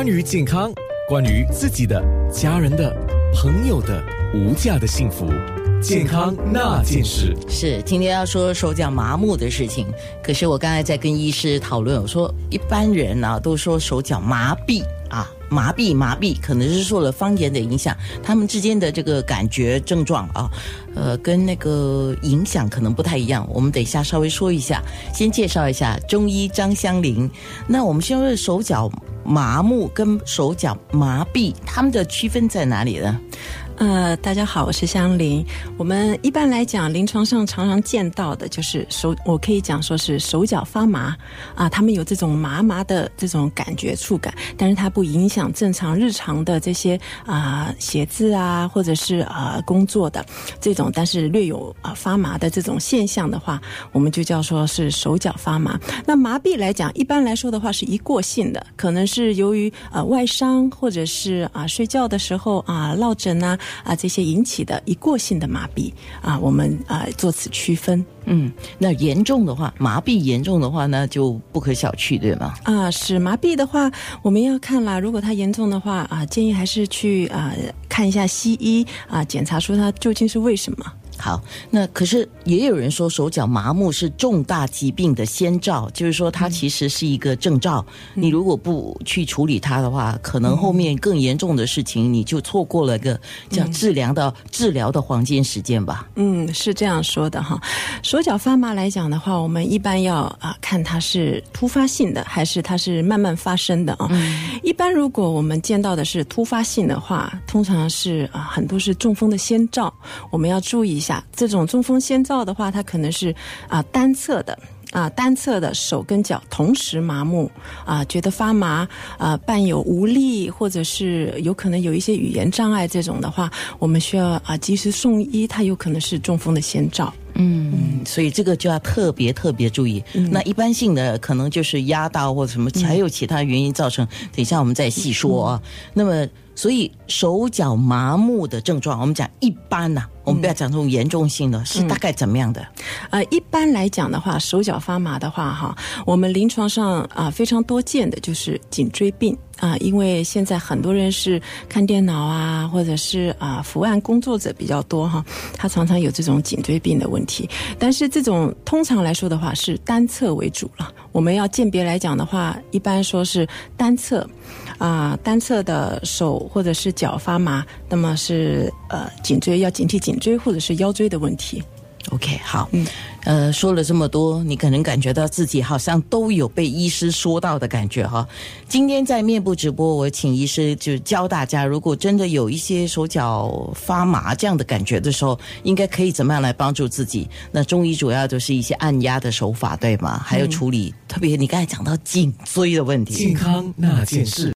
关于健康，关于自己的、家人的、朋友的无价的幸福，健康那件事。 是今天要说手脚麻木的事情，可是我刚才在跟医师讨论，我说一般人啊都说手脚麻痹啊。麻痹，可能是受了方言的影响，他们之间的这个感觉症状啊，跟那个影响可能不太一样。我们等一下稍微说一下，先介绍一下中医张香玲。那我们先说手脚麻木跟手脚麻痹，他们的区分在哪里呢？ 大家好，我是香玲。我们一般来讲，临床上常常见到的就是我可以讲说是手脚发麻啊，他们有这种麻麻的这种感觉触感，但是它不影响正常日常的这些写字啊，或者是工作的这种，但是略有发麻的这种现象的话，我们就叫说是手脚发麻。那麻痹来讲，一般来说的话是一过性的，可能是由于外伤或者是睡觉的时候落枕这些引起的一过性的麻痹我们做此区分。 那严重的话，麻痹严重的话呢，就不可小觑，对吗？ 是麻痹的话，我们要看啦。如果它严重的话建议还是去看一下西医检查出它究竟是为什么。 好，那可是也有人说手脚麻木是重大疾病的先兆，就是说它其实是一个征兆，你如果不去处理它的话，可能后面更严重的事情你就错过了一个叫治疗的黄金时间吧。 是这样说的哈。手脚发麻来讲的话，我们一般要看它是突发性的还是它是慢慢发生的一般如果我们见到的是突发性的话，通常是很多是中风的先兆，我们要注意一下。这种中风先兆的话，它可能是单侧的手跟脚同时麻木觉得发麻伴有无力，或者是有可能有一些语言障碍，这种的话我们需要及时送医，它有可能是中风的先兆。 所以这个就要特别注意。那一般性的可能就是压到或者什么，还有其他原因造成，等一下我们再细说那么所以手脚麻木的症状，我们讲一般我们不要讲这种严重性的，是大概怎么样的？ 一般来讲的话，手脚发麻的话我们临床上非常多见的就是颈椎病因为现在很多人是看电脑或者是伏案工作者比较多他常常有这种颈椎病的问题。但是这种通常来说的话是单侧为主了。我们要鉴别来讲的话，一般说是单侧的手或者是脚发麻，那么是颈椎要警惕颈椎或者是腰椎的问题。 OK， 好，说了这么多，你可能感觉到自己好像都有被医师说到的感觉今天在面部直播，我请医师就教大家，如果真的有一些手脚发麻这样的感觉的时候，应该可以怎么样来帮助自己。那中医主要就是一些按压的手法，对吗？还有处理，特别你刚才讲到颈椎的问题， 健康那件事。